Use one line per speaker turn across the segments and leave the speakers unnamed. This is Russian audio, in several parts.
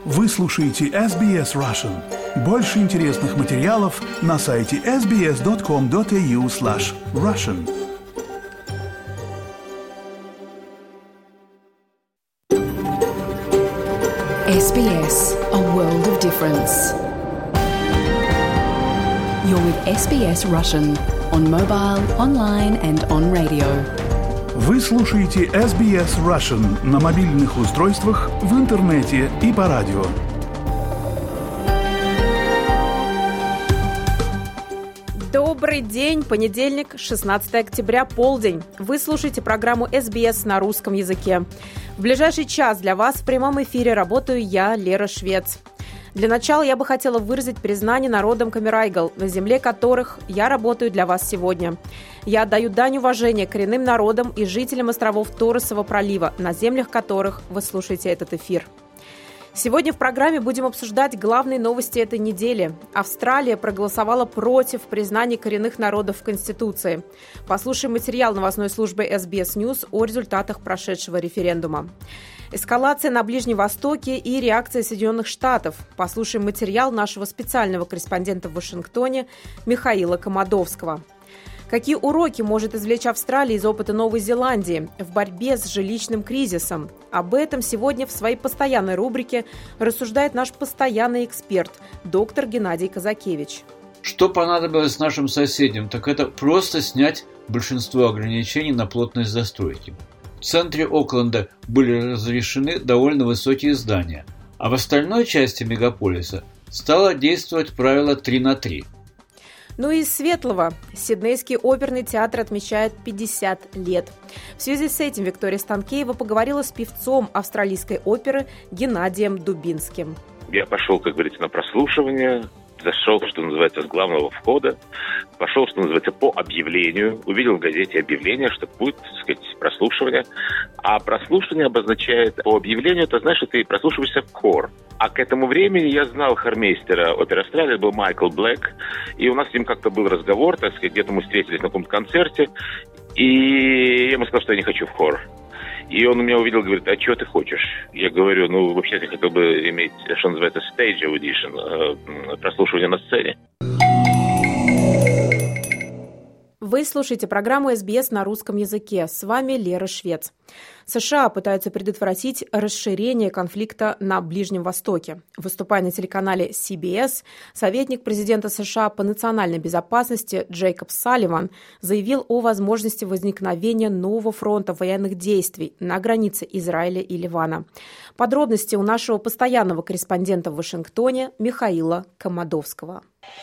Вы слушаете SBS Russian. Больше интересных материалов на сайте sbs.com.au/russian.
SBS, a world of difference. You're with SBS Russian on mobile, online and on radio.
Вы слушаете SBS Russian на мобильных устройствах, в интернете и по радио.
Добрый день, понедельник, 16 октября, полдень. Вы слушаете программу SBS на русском языке. В ближайший час для вас в прямом эфире работаю я, Лера Швец. Для начала я бы хотела выразить признание народам Камерайгал, на земле которых я работаю для вас сегодня. Я отдаю дань уважения коренным народам и жителям островов Торресового пролива, на землях которых вы слушаете этот эфир. Сегодня в программе будем обсуждать главные новости этой недели. Австралия проголосовала против признания коренных народов в Конституции. Послушаем материал новостной службы SBS News о результатах прошедшего референдума. Эскалация на Ближнем Востоке и реакция Соединенных Штатов. Послушаем материал нашего специального корреспондента в Вашингтоне Михаила Комадовского. Какие уроки может извлечь Австралия из опыта Новой Зеландии в борьбе с жилищным кризисом? Об этом сегодня в своей постоянной рубрике рассуждает наш постоянный эксперт, доктор Геннадий Казакевич.
Что понадобилось нашим соседям, так это просто снять большинство ограничений на плотность застройки. В центре Окленда были разрешены довольно высокие здания, а в остальной части мегаполиса стало действовать правило 3:3.
Ну и из светлого. Сиднейский оперный театр отмечает 50 лет. В связи с этим Виктория Станкеева поговорила с певцом австралийской оперы Геннадием Дубинским.
Я пошел, как говорится, на прослушивание. Зашел, что называется, с главного входа, пошел, что называется, по объявлению, увидел в газете объявление, что будет, так сказать, прослушивание. А прослушивание обозначает по объявлению, это значит, что ты прослушиваешься в хор. А к этому времени я знал хормейстера оперы Австралии, был Майкл Блэк, и у нас с ним как-то был разговор, так сказать, где-то мы встретились на каком-то концерте, и я ему сказал, что я не хочу в хор. И он меня увидел, говорит, а что ты хочешь? Я говорю, вообще-то я хотел бы иметь, что называется, stage audition, прослушивание на сцене.
Вы слушаете программу SBS на русском языке. С вами Лера Швец. США пытаются предотвратить расширение конфликта на Ближнем Востоке. Выступая на телеканале CBS, советник президента США по национальной безопасности Джейкоб Салливан заявил о возможности возникновения нового фронта военных действий на границе Израиля и Ливана. Подробности у нашего постоянного корреспондента в Вашингтоне Михаила Комадовского.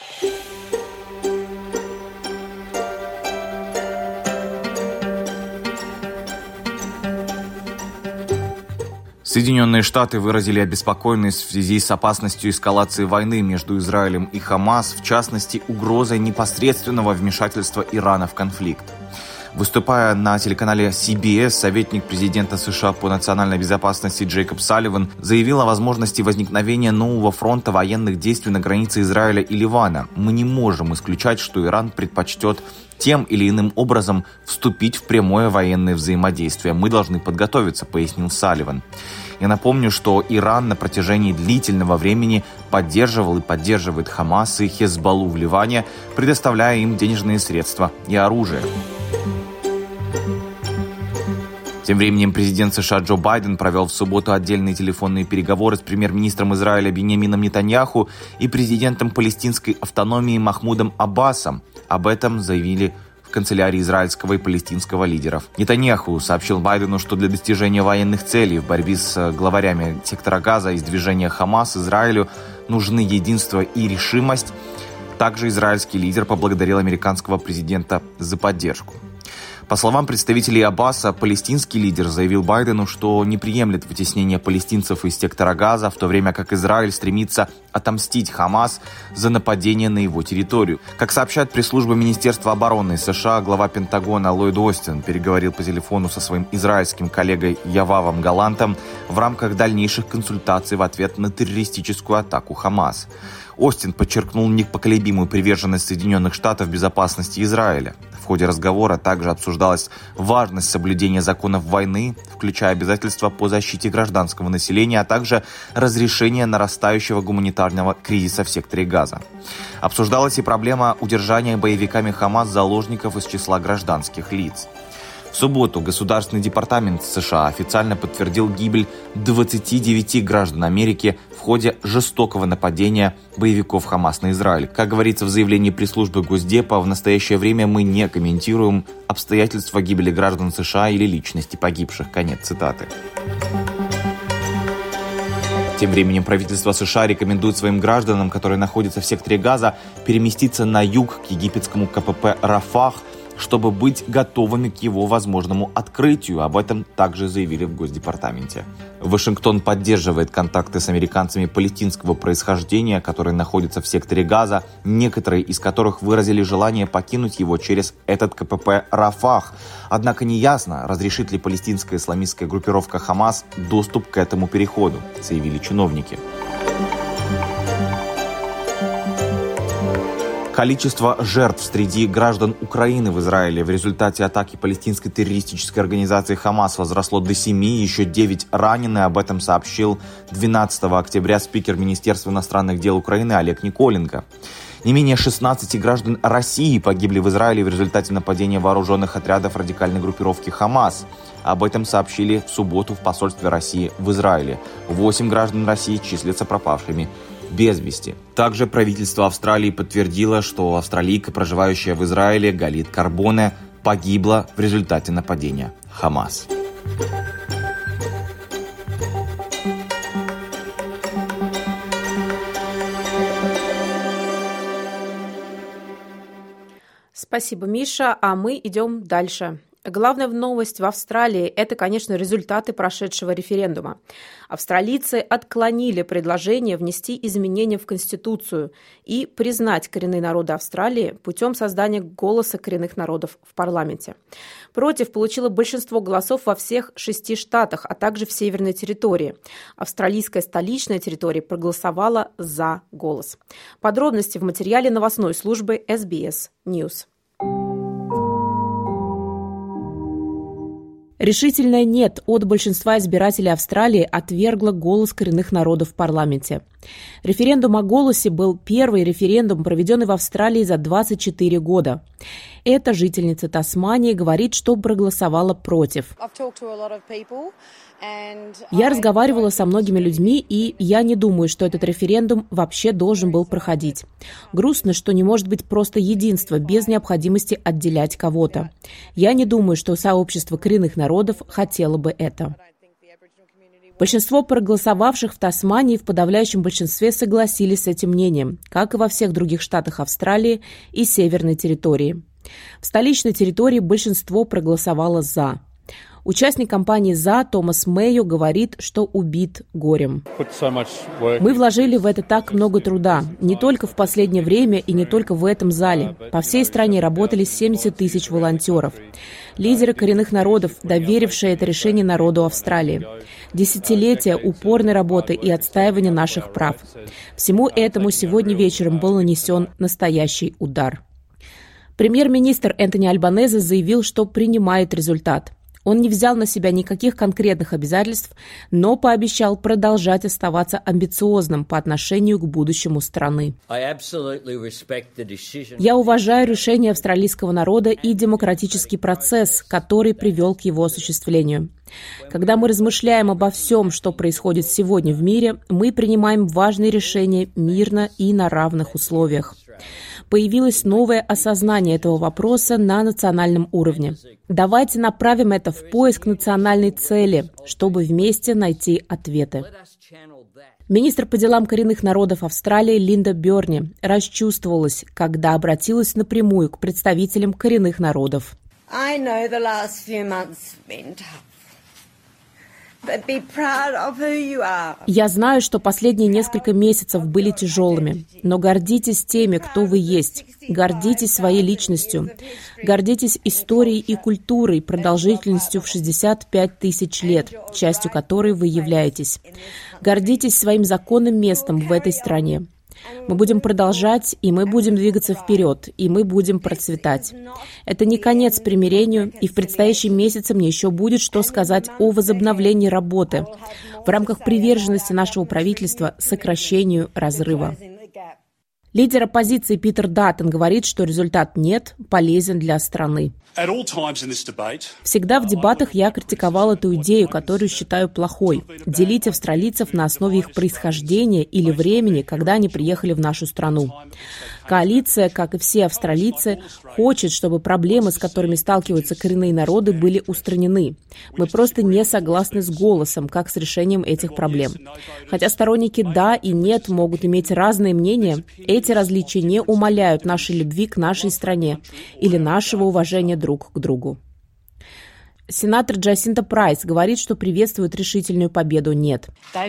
Соединенные Штаты выразили обеспокоенность в связи с опасностью эскалации войны между Израилем и Хамас, в частности, угрозой непосредственного вмешательства Ирана в конфликт. Выступая на телеканале CBS, советник президента США по национальной безопасности Джейкоб Салливан заявил о возможности возникновения нового фронта военных действий на границе Израиля и Ливана. Мы не можем исключать, что Иран предпочтет тем или иным образом вступить в прямое военное взаимодействие. Мы должны подготовиться, пояснил Салливан. Я напомню, что Иран на протяжении длительного времени поддерживал и поддерживает Хамас и Хезболлу в Ливане, предоставляя им денежные средства и оружие. Тем временем президент США Джо Байден провел в субботу отдельные телефонные переговоры с премьер-министром Израиля Биньямином Нетаньяху и президентом палестинской автономии Махмудом Аббасом. Об этом заявили в канцелярии израильского и палестинского лидеров. Нетаньяху сообщил Байдену, что для достижения военных целей в борьбе с главарями сектора Газа из движения Хамас Израилю нужны единство и решимость. Также израильский лидер поблагодарил американского президента за поддержку. По словам представителей Аббаса, палестинский лидер заявил Байдену, что не приемлет вытеснение палестинцев из сектора Газа, в то время как Израиль стремится отомстить Хамас за нападение на его территорию. Как сообщает пресс-служба Министерства обороны США, глава Пентагона Ллойд Остин переговорил по телефону со своим израильским коллегой Явавом Галантом в рамках дальнейших консультаций в ответ на террористическую атаку Хамас. Остин подчеркнул непоколебимую приверженность Соединенных Штатов безопасности Израиля. В ходе разговора также обсуждалась важность соблюдения законов войны, включая обязательства по защите гражданского населения, а также разрешение нарастающего гуманитарного кризиса в секторе Газа. Обсуждалась и проблема удержания боевиками Хамас заложников из числа гражданских лиц. В субботу Государственный департамент США официально подтвердил гибель 29 граждан Америки в ходе жестокого нападения боевиков Хамас на Израиль. Как говорится в заявлении пресс-службы Госдепа, в настоящее время мы не комментируем обстоятельства гибели граждан США или личности погибших. Конец цитаты. Тем временем правительство США рекомендует своим гражданам, которые находятся в секторе Газа, переместиться на юг к египетскому КПП Рафах, чтобы быть готовыми к его возможному открытию. Об этом также заявили в Госдепартаменте. Вашингтон поддерживает контакты с американцами палестинского происхождения, которые находятся в секторе Газа, некоторые из которых выразили желание покинуть его через этот КПП Рафах. Однако неясно, разрешит ли палестинская исламистская группировка Хамас доступ к этому переходу, заявили чиновники. Количество жертв среди граждан Украины в Израиле в результате атаки палестинской террористической организации «Хамас» возросло до 7, еще 9 ранены. Об этом сообщил 12 октября спикер Министерства иностранных дел Украины Олег Николенко. Не менее 16 граждан России погибли в Израиле в результате нападения вооруженных отрядов радикальной группировки «Хамас». Об этом сообщили в субботу в посольстве России в Израиле. 8 граждан России числятся пропавшими без вести. Также правительство Австралии подтвердило, что австралийка, проживающая в Израиле, Галит Карбоне, погибла в результате нападения Хамас.
Спасибо, Миша. А мы идем дальше. Главная новость в Австралии – это, конечно, результаты прошедшего референдума. Австралийцы отклонили предложение внести изменения в Конституцию и признать коренные народы Австралии путем создания голоса коренных народов в парламенте. Против получило большинство голосов во всех 6 штатах, а также в Северной территории. Австралийская столичная территория проголосовала за голос. Подробности в материале новостной службы SBS News. Решительное «нет» от большинства избирателей Австралии отвергло голос коренных народов в парламенте. Референдум о голосе был первый референдум, проведенный в Австралии за 24 года. Эта жительница Тасмании говорит, что проголосовала против. Я разговаривала со многими людьми, и я не думаю, что этот референдум вообще должен был проходить. Грустно, что не может быть просто единства без необходимости отделять кого-то. Я не думаю, что сообщество коренных народов хотело бы это. Большинство проголосовавших в Тасмании в подавляющем большинстве согласились с этим мнением, как и во всех других штатах Австралии и Северной территории. В столичной территории большинство проголосовало «за». Участник кампании «За» Томас Мэйо говорит, что убит горем. Мы вложили в это так много труда, не только в последнее время и не только в этом зале. По всей стране работали 70 тысяч волонтеров. Лидеры коренных народов, доверившие это решение народу Австралии. Десятилетия упорной работы и отстаивания наших прав. Всему этому сегодня вечером был нанесен настоящий удар. Премьер-министр Энтони Альбанезе заявил, что принимает результат. Он не взял на себя никаких конкретных обязательств, но пообещал продолжать оставаться амбициозным по отношению к будущему страны. Я уважаю решение австралийского народа и демократический процесс, который привел к его осуществлению. Когда мы размышляем обо всем, что происходит сегодня в мире, мы принимаем важные решения мирно и на равных условиях. Появилось новое осознание этого вопроса на национальном уровне. Давайте направим это в поиск национальной цели, чтобы вместе найти ответы. Министр по делам коренных народов Австралии Линда Бёрни расчувствовалась, когда обратилась напрямую к представителям коренных народов. Я знаю, что последние несколько месяцев были тяжелыми, но гордитесь теми, кто вы есть. Гордитесь своей личностью. Гордитесь историей и культурой, продолжительностью в 65 тысяч лет, частью которой вы являетесь. Гордитесь своим законным местом в этой стране. Мы будем продолжать, и мы будем двигаться вперед, и мы будем процветать. Это не конец примирению, и в предстоящем месяце мне еще будет что сказать о возобновлении работы в рамках приверженности нашего правительства сокращению разрыва. Лидер оппозиции Питер Даттон говорит, что результат «нет» полезен для страны. Всегда в дебатах я критиковал эту идею, которую считаю плохой – делить австралийцев на основе их происхождения или времени, когда они приехали в нашу страну. Коалиция, как и все австралийцы, хочет, чтобы проблемы, с которыми сталкиваются коренные народы, были устранены. Мы просто не согласны с голосом, как с решением этих проблем. Хотя сторонники «да» и «нет» могут иметь разные мнения, эти различия не умаляют нашей любви к нашей стране или нашего уважения друг к другу. Сенатор Джасинта Прайс говорит, что приветствует решительную победу «нет».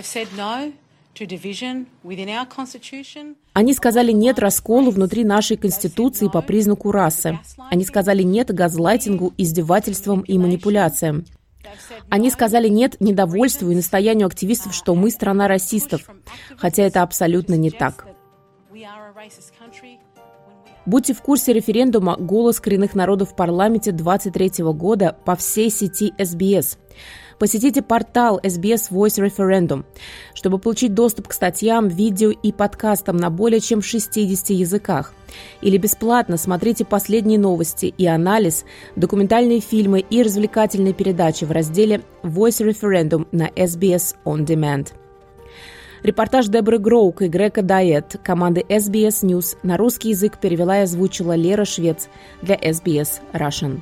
Они сказали «нет» расколу внутри нашей Конституции по признаку расы. Они сказали «нет» газлайтингу, издевательствам и манипуляциям. Они сказали «нет» недовольству и настоянию активистов, что мы страна расистов, хотя это абсолютно не так. Будьте в курсе референдума «Голос коренных народов» в парламенте 2023 года по всей сети SBS. Посетите портал SBS Voice Referendum, чтобы получить доступ к статьям, видео и подкастам на более чем 60 языках. Или бесплатно смотрите последние новости и анализ, документальные фильмы и развлекательные передачи в разделе Voice Referendum на SBS On Demand. Репортаж Деборы Гроук и Грега Дайет команды SBS News на русский язык перевела и озвучила Лера Швец для SBS Russian.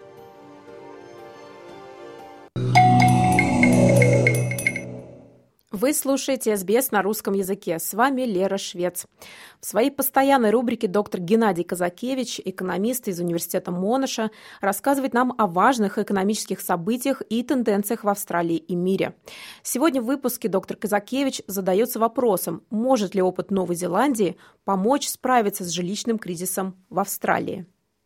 Вы слушаете СБС на русском языке. С вами Лера Швец. В своей постоянной рубрике доктор Геннадий Казакевич, экономист из Университета Монаша, рассказывает нам о важных экономических событиях и тенденциях в Австралии и мире. Сегодня в выпуске доктор Казакевич задается вопросом, может ли опыт Новой Зеландии помочь справиться с жилищным кризисом в Австралии.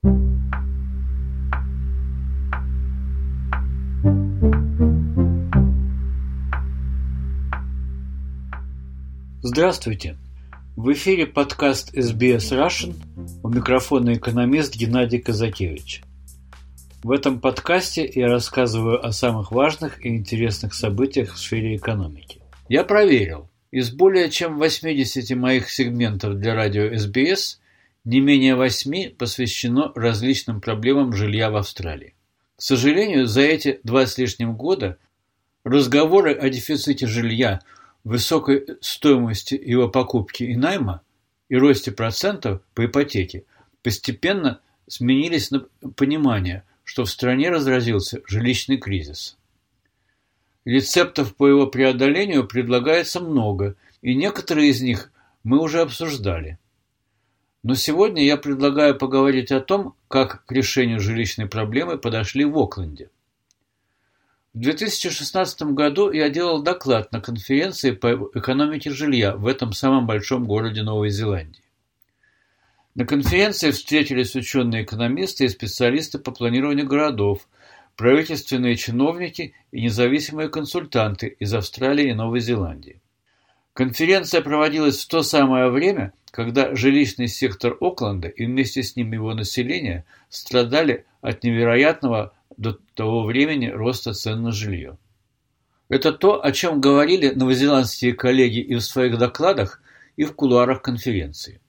Здравствуйте! В эфире подкаст SBS Russian, у микрофона экономист Геннадий Казакевич. В этом подкасте я рассказываю о самых важных и интересных событиях в сфере экономики. Я проверил, из более чем 80 моих сегментов для радио SBS не менее 8 посвящено различным проблемам жилья в Австралии. К сожалению, за эти 2 с лишним года разговоры о дефиците жилья, высокой стоимости его покупки и найма и росте процентов по ипотеке постепенно сменились на понимание, что в стране разразился жилищный кризис. Рецептов по его преодолению предлагается много, и некоторые из них мы уже обсуждали. Но сегодня я предлагаю поговорить о том, как к решению жилищной проблемы подошли в Окленде. В 2016 году я делал доклад на конференции по экономике жилья в этом самом большом городе Новой Зеландии. На конференции встретились ученые-экономисты и специалисты по планированию городов, правительственные чиновники и независимые консультанты из Австралии и Новой Зеландии. Конференция проводилась в то самое время, когда жилищный сектор Окленда и вместе с ним его население страдали от невероятного до того времени роста цен на жилье. Это то, о чем говорили новозеландские коллеги и в своих докладах, и в кулуарах конференции.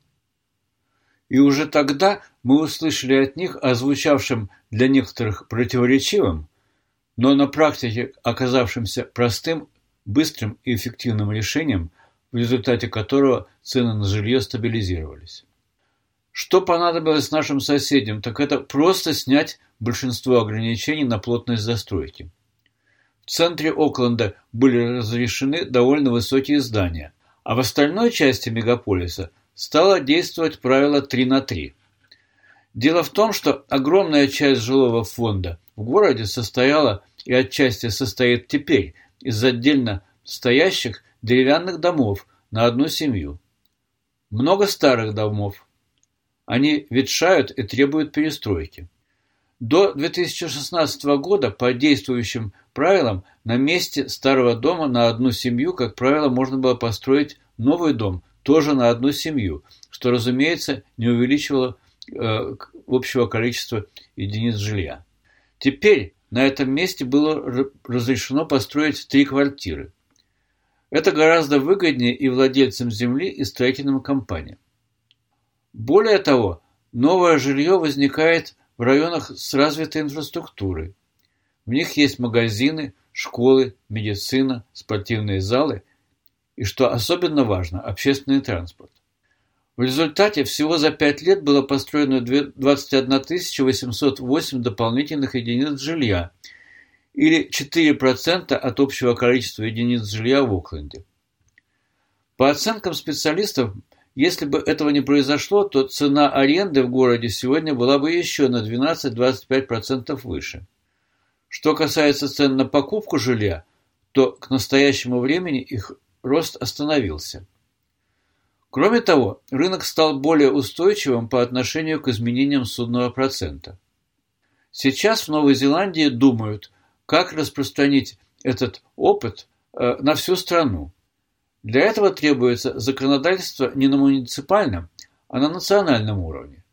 И уже тогда мы услышали от них о звучавшем для некоторых противоречивом, но на практике оказавшемся простым, быстрым и эффективным решением, в результате которого цены на жилье стабилизировались. Что понадобилось нашим соседям, так это просто снять большинство ограничений на плотность застройки. В центре Окленда были разрешены довольно высокие здания, а в остальной части мегаполиса стало действовать правило 3/3. Дело в том, что огромная часть жилого фонда в городе состояла и отчасти состоит теперь из отдельно стоящих деревянных домов на одну семью. Много старых домов. Они ветшают и требуют перестройки. До 2016 года по действующим правилам на месте старого дома на одну семью, как правило, можно было построить новый дом тоже на одну семью, что, разумеется, не увеличивало общего количества единиц жилья. Теперь на этом месте было разрешено построить 3 квартиры. Это гораздо выгоднее и владельцам земли, и строительным компаниям. Более того, новое жилье возникает в районах с развитой инфраструктурой. В них есть магазины, школы, медицина, спортивные залы и, что особенно важно, общественный транспорт. В результате всего за 5 лет было построено 21 808 дополнительных единиц жилья, или 4% от общего количества единиц жилья в Окленде. По оценкам специалистов, если бы этого не произошло, то цена аренды в городе сегодня была бы еще на 12-25% выше. Что касается цен на покупку жилья, то к настоящему времени их рост остановился. Кроме того, рынок стал более устойчивым по отношению к изменениям судного процента. Сейчас в Новой Зеландии думают, как распространить этот опыт на всю страну. Для этого требуется законодательство не на муниципальном, а на национальном уровне.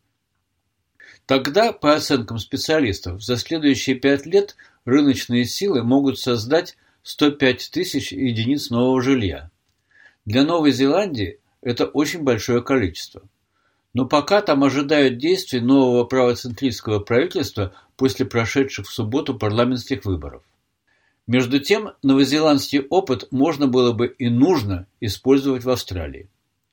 Тогда, по оценкам специалистов, за следующие 5 лет рыночные силы могут создать 105 тысяч единиц нового жилья. Для Новой Зеландии это очень большое количество. Но пока там ожидают действий нового правоцентристского правительства после прошедших в субботу парламентских выборов. Между тем, новозеландский опыт можно было бы и нужно использовать в Австралии.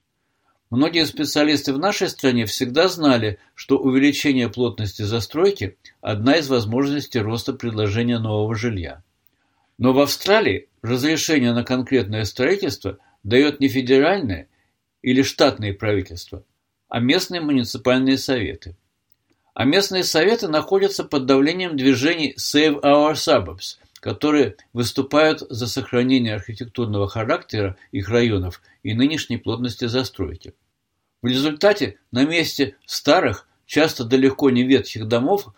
Многие специалисты в нашей стране всегда знали, что увеличение плотности застройки – одна из возможностей роста предложения нового жилья. Но в Австралии разрешение на конкретное строительство дает не федеральное или штатное правительство, а местные муниципальные советы. А местные советы находятся под давлением движений Save Our Suburbs, которые выступают за сохранение архитектурного характера их районов и нынешней плотности застройки. В результате на месте старых, часто далеко не ветхих домов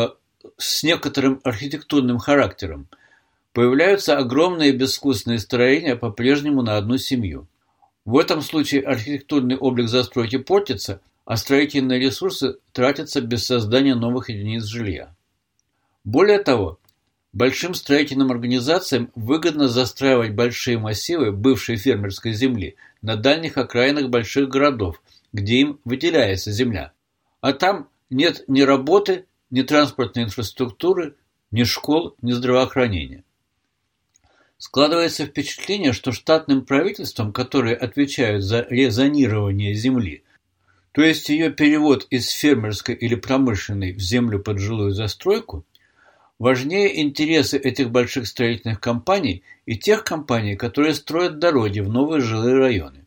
с некоторым архитектурным характером появляются огромные безвкусные строения по-прежнему на одну семью. В этом случае архитектурный облик застройки портится, а строительные ресурсы тратятся без создания новых единиц жилья. Более того, большим строительным организациям выгодно застраивать большие массивы бывшей фермерской земли на дальних окраинах больших городов, где им выделяется земля. А там нет ни работы, ни транспортной инфраструктуры, ни школ, ни здравоохранения. Складывается впечатление, что штатным правительствам, которые отвечают за резонирование земли, то есть ее перевод из фермерской или промышленной в землю под жилую застройку, важнее интересы этих больших строительных компаний и тех компаний, которые строят дороги в новые жилые районы.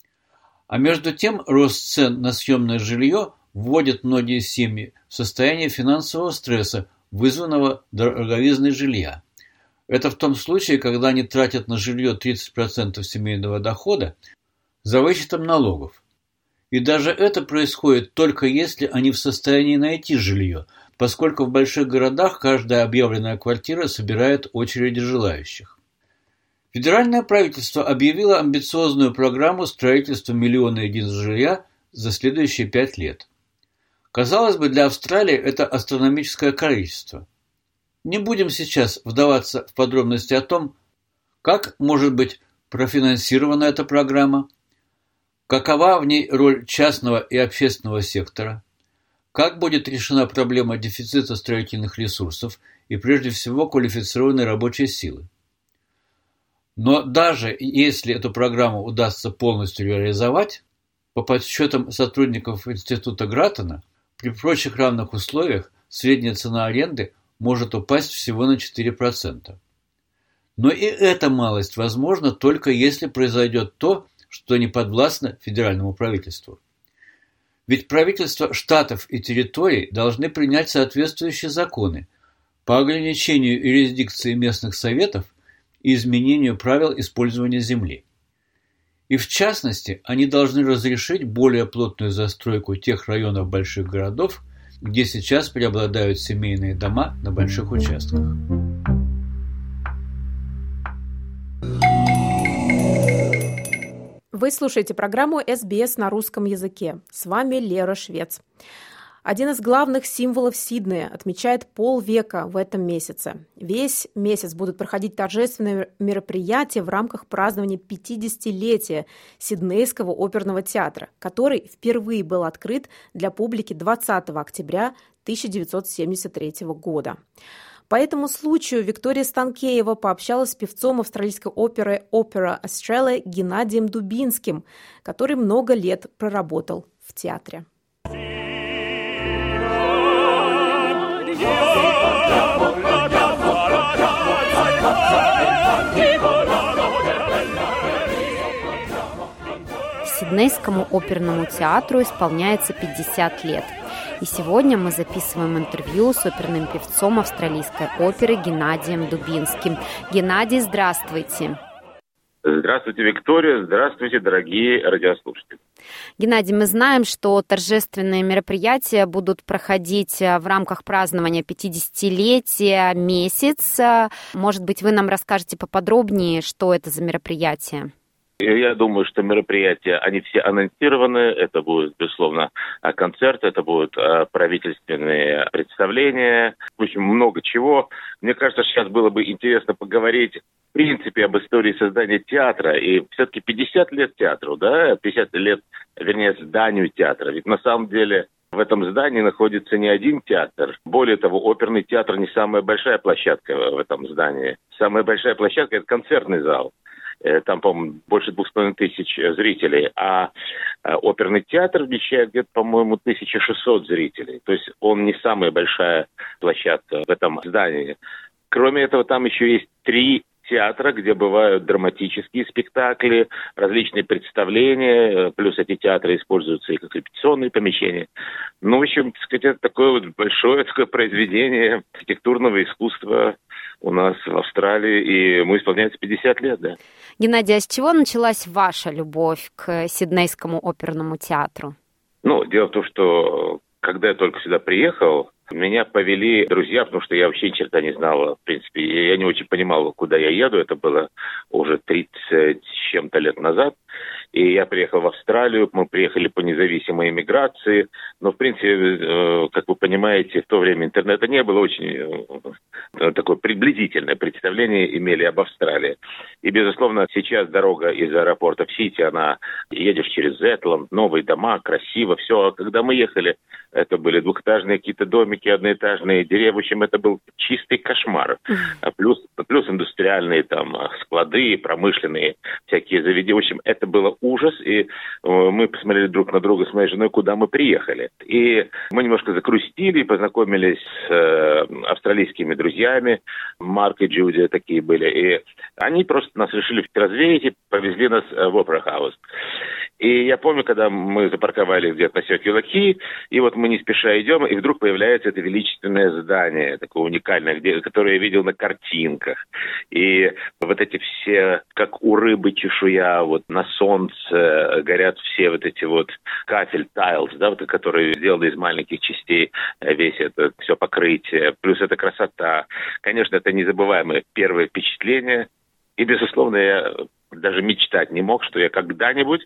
А между тем рост цен на съемное жилье вводит многие семьи в состояние финансового стресса, вызванного дороговизной жилья. Это в том случае, когда они тратят на жилье 30% семейного дохода за вычетом налогов. И даже это происходит только если они в состоянии найти жилье, поскольку в больших городах каждая объявленная квартира собирает очереди желающих. Федеральное правительство объявило амбициозную программу строительства миллиона единиц жилья за следующие 5 лет. Казалось бы, для Австралии это астрономическое количество. Не будем сейчас вдаваться в подробности о том, как может быть профинансирована эта программа, какова в ней роль частного и общественного сектора, как будет решена проблема дефицита строительных ресурсов и прежде всего квалифицированной рабочей силы. Но даже если эту программу удастся полностью реализовать, по подсчетам сотрудников Института Граттона, при прочих равных условиях средняя цена аренды может упасть всего на 4%. Но и эта малость возможна только если произойдет то, что не подвластно федеральному правительству. Ведь правительства штатов и территорий должны принять соответствующие законы по ограничению юрисдикции местных советов и изменению правил использования земли. И в частности, они должны разрешить более плотную застройку тех районов больших городов, где сейчас преобладают семейные дома на больших участках.
Вы слушаете программу SBS на русском языке. С вами Лера Швец. Один из главных символов Сиднея отмечает полвека в этом месяце. Весь месяц будут проходить торжественные мероприятия в рамках празднования 50-летия Сиднейского оперного театра, который впервые был открыт для публики 20 октября 1973 года. По этому случаю Виктория Станкеева пообщалась с певцом австралийской оперы Opera Australia Геннадием Дубинским, который много лет проработал в театре.
Сиднейскому оперному театру исполняется 50 лет. И сегодня мы записываем интервью с оперным певцом австралийской оперы Геннадием Дубинским. Геннадий, здравствуйте.
Здравствуйте, Виктория. Здравствуйте, дорогие радиослушатели.
Геннадий, мы знаем, что торжественные мероприятия будут проходить в рамках празднования 50-летия месяц. Может быть, вы нам расскажете поподробнее, что это за мероприятие?
Я думаю, что мероприятия, они все анонсированы. Это будет, безусловно, концерт, это будут правительственные представления. В общем, много чего. Мне кажется, сейчас было бы интересно поговорить, в принципе, об истории создания театра. И все-таки 50 лет театру, да? 50 лет, вернее, зданию театра. Ведь на самом деле в этом здании находится не один театр. Более того, оперный театр не самая большая площадка в этом здании. Самая большая площадка – это концертный зал. Там, по-моему, больше 2500 зрителей, а оперный театр вмещает где-то, по-моему, 1600 зрителей. То есть он не самая большая площадка в этом здании. Кроме этого, там еще есть 3 театра, где бывают драматические спектакли, различные представления, плюс эти театры используются и как репетиционные помещения. Ну, в общем, так сказать, это такое вот большое такое произведение архитектурного искусства у нас в Австралии, и ему исполняется 50 лет, да.
Геннадий, а с чего началась ваша любовь к Сиднейскому оперному театру?
Ну, дело в том, что когда я только сюда приехал, меня повели друзья, потому что я вообще ни черта не знал, в принципе, я не очень понимал, куда я еду, это было уже 30 с чем-то лет назад, и я приехал в Австралию, мы приехали по независимой иммиграции, но, в принципе, как вы понимаете, в то время интернета не было, очень такое приблизительное представление имели об Австралии. И, безусловно, сейчас дорога из аэропорта в Сити, она едешь через Зетланд, новые дома, красиво, все. А когда мы ехали, это были двухэтажные какие-то домики, одноэтажные деревья, в общем, это был чистый кошмар. Плюс индустриальные там склады, промышленные всякие заведения. В общем, это было ужас, и мы посмотрели друг на друга с моей женой, куда мы приехали. И мы немножко закрустили, познакомились с австралийскими друзьями, Марк и Джуди такие были, и они просто нас решили развеять и повезли нас в Opera House. И я помню, когда мы запарковали где-то на Сёркюла-Кей, и вот мы не спеша идем, и вдруг появляется это величественное здание, такое уникальное, которое я видел на картинках. И вот эти все, как у рыбы чешуя, вот на солнце горят все вот эти вот кафель, тайлс, да, вот, которые сделаны из маленьких частей, весь это все покрытие, плюс эта красота. Конечно, это незабываемое первое впечатление. И, безусловно, я даже мечтать не мог, что я когда-нибудь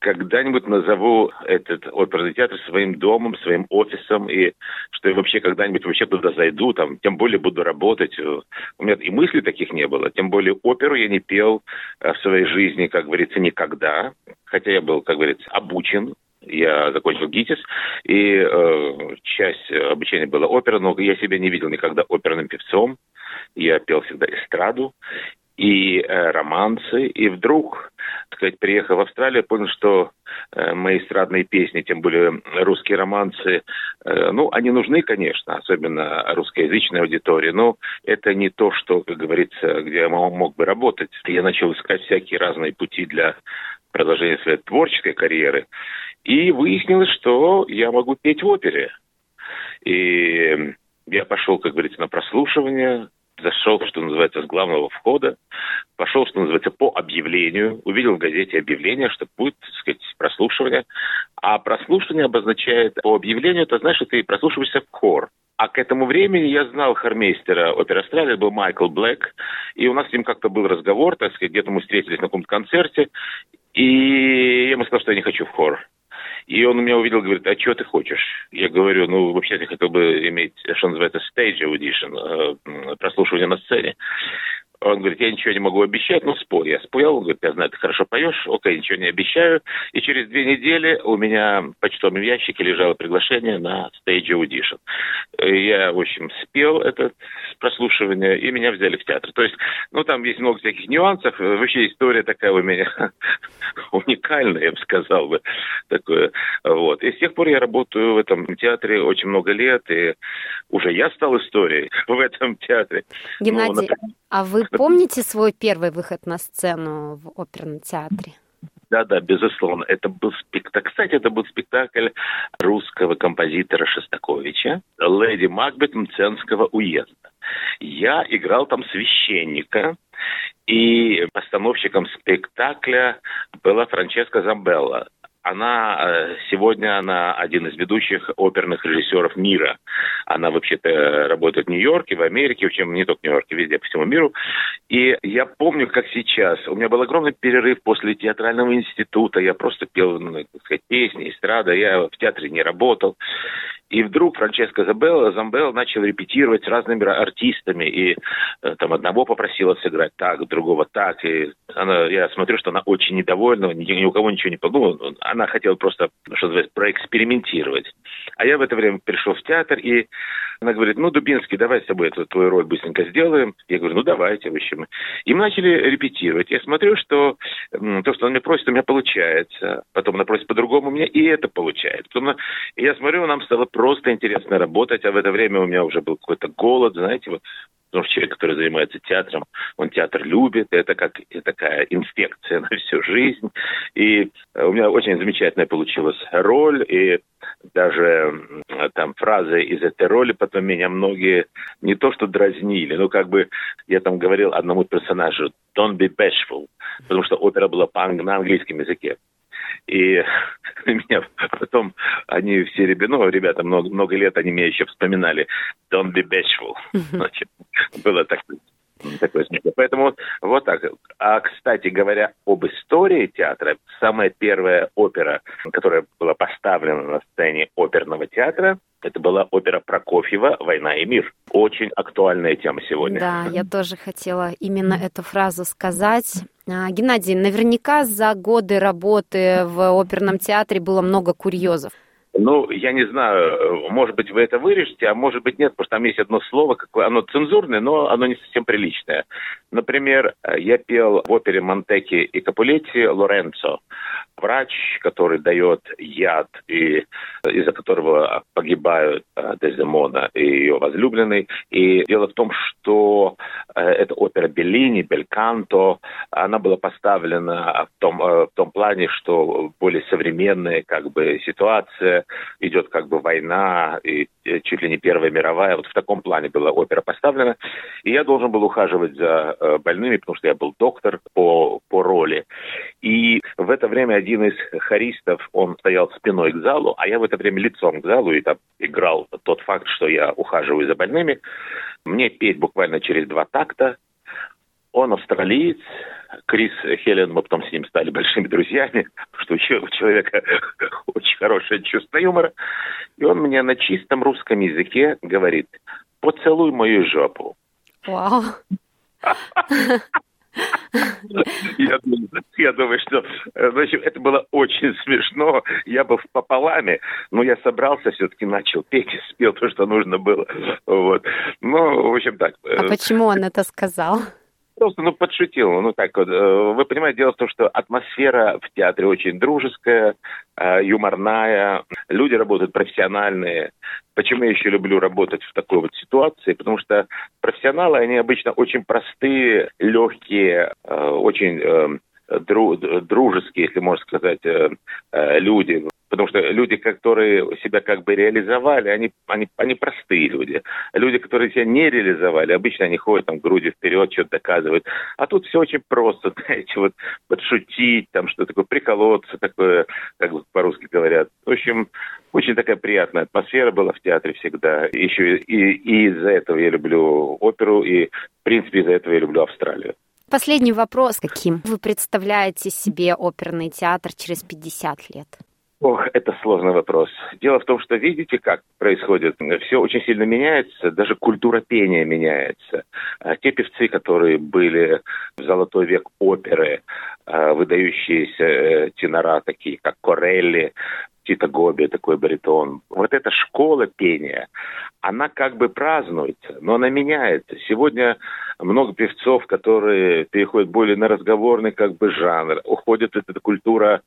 назову этот оперный театр своим домом, своим офисом, и что я вообще когда-нибудь вообще туда зайду, там, тем более буду работать. У меня и мыслей таких не было. Тем более оперу я не пел в своей жизни, как говорится, никогда. Хотя я был, как говорится, обучен. Я закончил ГИТИС, и часть обучения была опера, но я себя не видел никогда оперным певцом. Я пел всегда эстраду и романсы, и вдруг, так сказать, приехав в Австралию, понял, что мои эстрадные песни, тем более русские романсы, ну, они нужны, конечно, особенно русскоязычной аудитории, но это не то, что, как говорится, где я мог бы работать. Я начал искать всякие разные пути для продолжения своей творческой карьеры, и выяснилось, что я могу петь в опере. И я пошел, как говорится, на прослушивание, зашел, что называется, с главного входа, пошел, что называется, по объявлению, увидел в газете объявление, что будет, так сказать, прослушивание. А прослушивание обозначает по объявлению, это значит, что ты прослушиваешься в хор. А к этому времени я знал хормейстера оперы Австралии, был Майкл Блэк, и у нас с ним как-то был разговор, так сказать, где-то мы встретились на каком-то концерте, И я ему сказал, что я не хочу в хор. И он меня увидел, говорит, а что ты хочешь? Я говорю, вообще я хотел бы иметь, что называется, stage audition, прослушивание на сцене. Он говорит, я ничего не могу обещать, спой. Я споел, он говорит, я знаю, ты хорошо поешь, окей, ничего не обещаю. И через 2 недели у меня в почтовом ящике лежало приглашение на stage audition. Я, в общем, спел это прослушивание, и меня взяли в театр. То есть, там есть много всяких нюансов. Вообще история такая у меня уникальная, я бы сказал бы. Такое. Вот. И с тех пор я работаю в этом театре очень много лет, и уже я стал историей в этом театре.
Геннадий, а вы помните свой первый выход на сцену в оперном театре?
Да, безусловно. Это был спектакль. Кстати, это был спектакль русского композитора Шостаковича «Леди Макбет Мценского уезда». Я играл там священника, и постановщиком спектакля была Франческа Замбелла. Сегодня она один из ведущих оперных режиссеров мира. Она вообще-то работает в Нью-Йорке, в Америке, в общем, не только в Нью-Йорке, везде, по всему миру. И я помню, как сейчас. У меня был огромный перерыв после театрального института. Я просто пел, песни, эстрада. Я в театре не работал. И вдруг Франческа Замбелла начала репетировать с разными артистами. И одного попросила сыграть так, другого так. И я смотрю, что она очень недовольна, ни у кого ничего не подумала. Она хотела просто, что называется, проэкспериментировать. А я в это время пришел в театр, и она говорит, Дубинский, давай с тобой твою роль быстренько сделаем. Я говорю, давайте, в общем. И мы начали репетировать. Я смотрю, что то, что она меня просит, у меня получается. Потом она просит по-другому, у меня и это получается. Потом я смотрю, нам стало просто интересно работать, а в это время у меня уже был какой-то голод, знаете, потому что человек, который занимается театром, он театр любит, это как такая инфекция на всю жизнь. И у меня очень замечательная получилась роль, и даже там фразы из этой роли потом меня многие не то что дразнили, я там говорил одному персонажу «Don't be bashful», потому что опера была на английском языке. И меня потом, они все ребята, много лет, они меня еще вспоминали «Don't be bashful». Значит, было такое смешно. Поэтому вот так. А, кстати говоря, об истории театра, самая первая опера, которая была поставлена на сцене оперного театра, это была опера Прокофьева «Война и мир». Очень актуальная тема сегодня.
Да, я тоже хотела именно эту фразу сказать. Геннадий, наверняка за годы работы в оперном театре было много курьезов.
Я не знаю, может быть, вы это вырежете, а может быть, нет, потому что там есть одно слово, оно цензурное, но оно не совсем приличное. Например, я пел в опере Монтеки и Капулетти «Лоренцо». Врач, который дает яд, и из-за которого погибают Дездемона и ее возлюбленный. И дело в том, что эта опера Беллини, Бельканто, она была поставлена в том плане, что более современная ситуация, идет война, и чуть ли не Первая мировая. Вот в таком плане была опера поставлена. И я должен был ухаживать за больными, потому что я был доктор по роли. И в это время один из хористов, он стоял спиной к залу, а я в это время лицом к залу, и там играл тот факт, что я ухаживаю за больными. Мне петь буквально через 2 такта. Он австралиец, Крис Хелен, мы потом с ним стали большими друзьями, потому что у человека очень хорошее чувство юмора. И он мне на чистом русском языке говорит: «Поцелуй мою жопу».
Вау.
Я думаю, что это было очень смешно. Я был пополаме, но я собрался, все-таки начал петь и спел то, что нужно было. Вот. В общем, так.
А почему он это сказал?
Просто, подшутил. Вы понимаете, дело в том, что атмосфера в театре очень дружеская, юморная. Люди работают профессиональные. Почему я еще люблю работать в такой вот ситуации? Потому что профессионалы, они обычно очень простые, легкие, очень дружеские, если можно сказать, люди. Потому что люди, которые себя реализовали, они простые люди. Люди, которые себя не реализовали, обычно они ходят грудью вперед, что-то доказывают. А тут все очень просто, знаете, подшутить, что такое, приколоться, такое, по-русски говорят. В общем, очень такая приятная атмосфера была в театре всегда. Еще и из-за этого я люблю оперу, и, в принципе, из-за этого я люблю Австралию.
Последний вопрос. Каким вы представляете себе оперный театр через 50 лет?
Ох, это сложный вопрос. Дело в том, что видите, как происходит? Все очень сильно меняется, даже культура пения меняется. Те певцы, которые были в золотой век оперы, выдающиеся тенора, такие как Корелли, Тита Гоби, такой баритон. Вот эта школа пения, она как бы празднуется, но она меняется. Сегодня много певцов, которые переходят более на разговорный как бы жанр. Уходит эта культура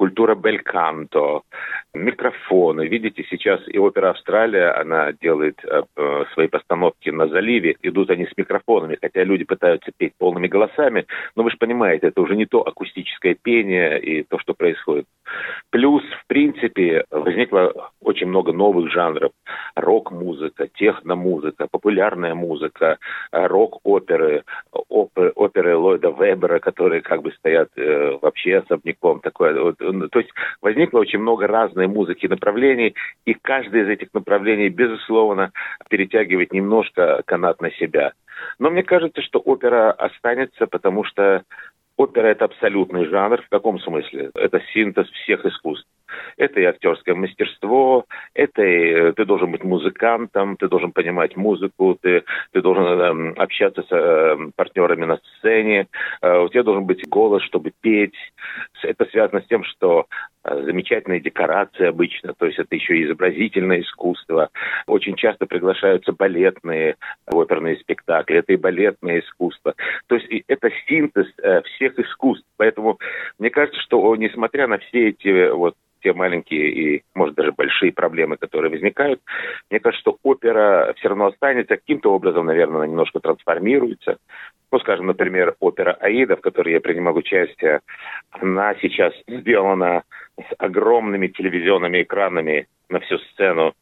бельканто, микрофоны. Видите, сейчас и опера «Австралия», она делает свои постановки на заливе. Идут они с микрофонами, хотя люди пытаются петь полными голосами. Но вы же понимаете, это уже не то акустическое пение и то, что происходит. Плюс, в принципе, возникло очень много новых жанров. Рок-музыка, техно-музыка, популярная музыка, рок-оперы, оперы Ллойда Вебера, которые как бы стоят вообще особняком. Такое. То есть возникло очень много разной музыки и направлений, и каждое из этих направлений, безусловно, перетягивает немножко канат на себя. Но мне кажется, что опера останется, потому что опера – это абсолютный жанр. В каком смысле? Это синтез всех искусств. Это и актерское мастерство, это и ты должен быть музыкантом, ты должен понимать музыку, ты должен общаться с партнерами на сцене, у тебя должен быть голос, чтобы петь. Это связано с тем, что замечательные декорации обычно, то есть это еще и изобразительное искусство. Очень часто приглашаются балетные оперные спектакли, это и балетное искусство. То есть это синтез всех искусств. Поэтому мне кажется, что несмотря на все эти те маленькие и, может, даже большие проблемы, которые возникают, мне кажется, что опера все равно останется. Каким-то образом, наверное, она немножко трансформируется. Ну, скажем, например, опера «Аида», в которой я принимал участие, она сейчас сделана с огромными телевизионными экранами на всю сцену.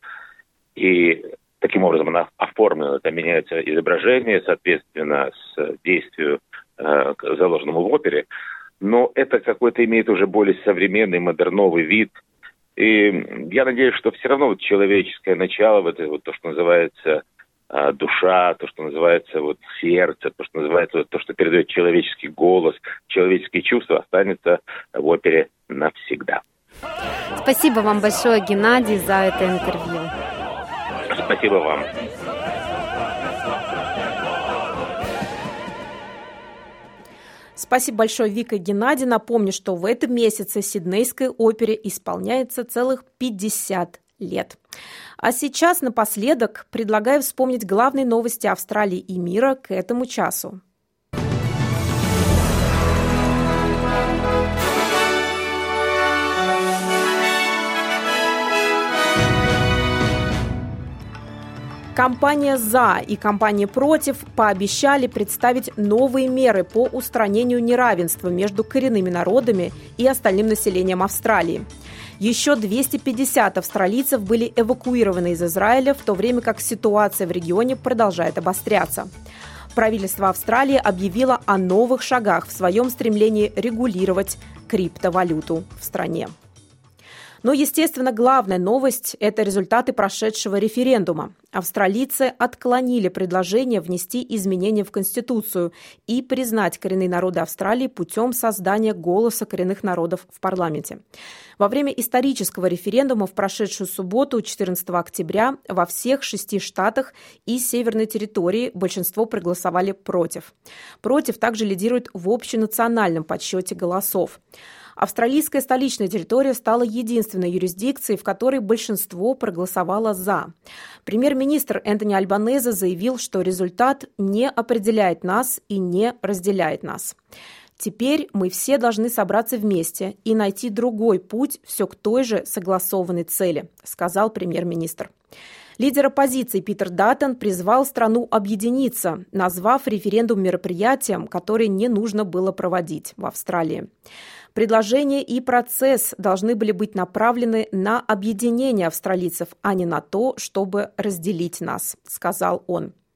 И таким образом она оформлена. Там меняются изображения, соответственно, с действию, заложенному в опере. Но это какой-то имеет уже более современный, модерновый вид. И я надеюсь, что все равно человеческое начало, то, что называется душа, то, что называется сердце, то, что называется то, что передает человеческий голос, человеческие чувства, останется в опере навсегда.
Спасибо вам большое, Геннадий, за это интервью.
Спасибо вам.
Спасибо большое, Вика и Геннадий. Напомню, что в этом месяце Сиднейской опере исполняется целых 50 лет. А сейчас напоследок предлагаю вспомнить главные новости Австралии и мира к этому часу. Компания «За» и компания «Против» пообещали представить новые меры по устранению неравенства между коренными народами и остальным населением Австралии. Еще 250 австралийцев были эвакуированы из Израиля, в то время как ситуация в регионе продолжает обостряться. Правительство Австралии объявило о новых шагах в своем стремлении регулировать криптовалюту в стране. Но, естественно, главная новость – это результаты прошедшего референдума. Австралийцы отклонили предложение внести изменения в Конституцию и признать коренные народы Австралии путем создания голоса коренных народов в парламенте. Во время исторического референдума в прошедшую субботу, 14 октября, во всех 6 штатах и Северной территории большинство проголосовали против. Против также лидирует в общенациональном подсчете голосов. Австралийская столичная территория стала единственной юрисдикцией, в которой большинство проголосовало «за». Премьер-министр Энтони Альбанезе заявил, что результат не определяет нас и не разделяет нас. Теперь мы все должны собраться вместе и найти другой путь все к той же согласованной цели, сказал премьер-министр. Лидер оппозиции Питер Даттон призвал страну объединиться, назвав референдум мероприятием, которое не нужно было проводить в Австралии. Предложения и процесс должны были быть направлены на объединение австралийцев, а не на то, чтобы разделить нас, сказал он.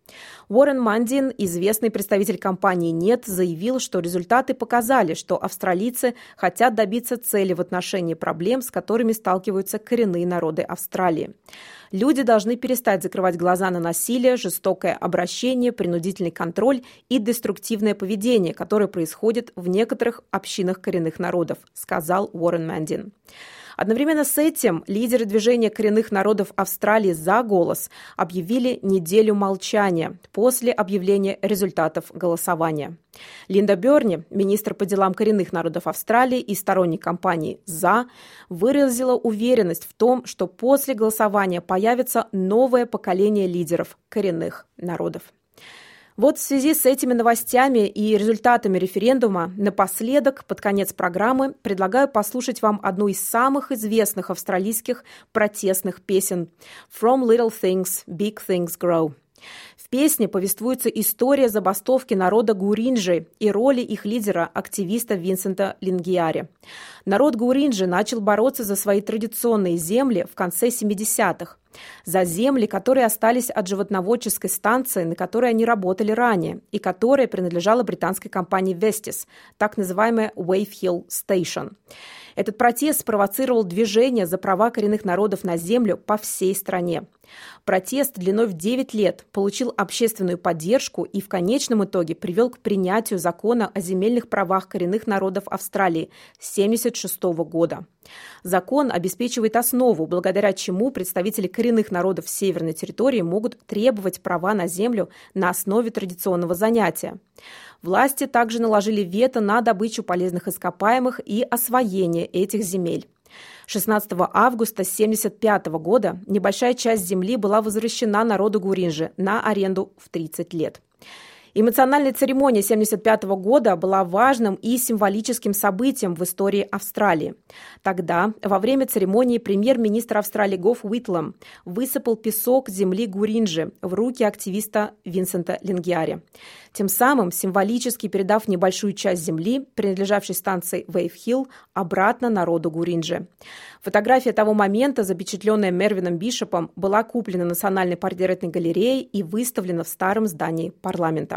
Уоррен Мандин, известный представитель компании «Нет», заявил, что результаты показали, что австралийцы хотят добиться цели в отношении проблем, с которыми сталкиваются коренные народы Австралии. Люди должны перестать закрывать глаза на насилие, жестокое обращение, принудительный контроль и деструктивное поведение, которое происходит в некоторых общинах коренных народов, сказал Уоррен Мандин. Одновременно с этим лидеры движения коренных народов Австралии «За голос» объявили неделю молчания после объявления результатов голосования. Линда Берни, министр по делам коренных народов Австралии и сторонник кампании «За», выразила уверенность в том, что после голосования появится новое поколение лидеров коренных народов. Вот в связи с этими новостями и результатами референдума напоследок, под конец программы, предлагаю послушать вам одну из самых известных австралийских протестных песен «From Little Things, Big Things Grow». В песне повествуется история забастовки народа Гуринджи и роли их лидера, активиста Винсента Лингиари. Народ Гуринджи начал бороться за свои традиционные земли в конце 70-х. За земли, которые остались от животноводческой станции, на которой они работали ранее, и которая принадлежала британской компании Vestis, так называемая Wave Hill Station. Этот протест спровоцировал движение за права коренных народов на землю по всей стране. Протест длиной в 9 лет получил общественную поддержку и в конечном итоге привел к принятию закона о земельных правах коренных народов Австралии с 1976 года. Закон обеспечивает основу, благодаря чему представители коренных народов северной территории могут требовать права на землю на основе традиционного занятия. Власти также наложили вето на добычу полезных ископаемых и освоение этих земель. 16 августа 1975 года небольшая часть земли была возвращена народу Гуринджи на аренду в 30 лет. Эмоциональная церемония 1975 года была важным и символическим событием в истории Австралии. Тогда, во время церемонии, премьер-министр Австралии Гоф Уитлам высыпал песок земли Гуринджи в руки активиста Винсента Лингиари, тем самым символически передав небольшую часть земли, принадлежавшей станции Wave Hill, обратно народу Гуринджи. Фотография того момента, запечатленная Мервином Бишопом, была куплена Национальной портретной галереей и выставлена в старом здании парламента.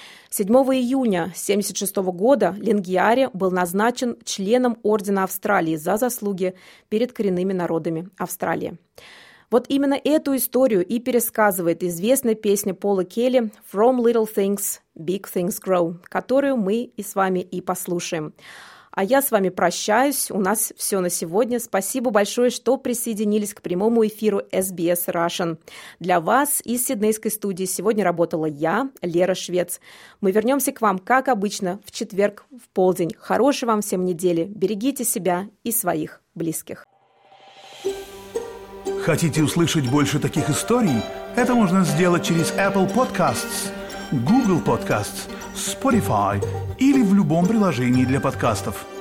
7 июня 1976 года Лингиари был назначен членом Ордена Австралии за заслуги перед коренными народами Австралии. Вот именно эту историю и пересказывает известная песня Пола Келли «From Little Things, Big Things Grow», которую мы и с вами и послушаем. А я с вами прощаюсь. У нас все на сегодня. Спасибо большое, что присоединились к прямому эфиру SBS Russian. Для вас из Сиднейской студии сегодня работала я, Лера Швец. Мы вернемся к вам, как обычно, в четверг в полдень. Хорошей вам всем недели. Берегите себя и своих близких.
Хотите услышать больше таких историй? Это можно сделать через Apple Podcasts, Google Podcasts, Spotify или в любом приложении для подкастов.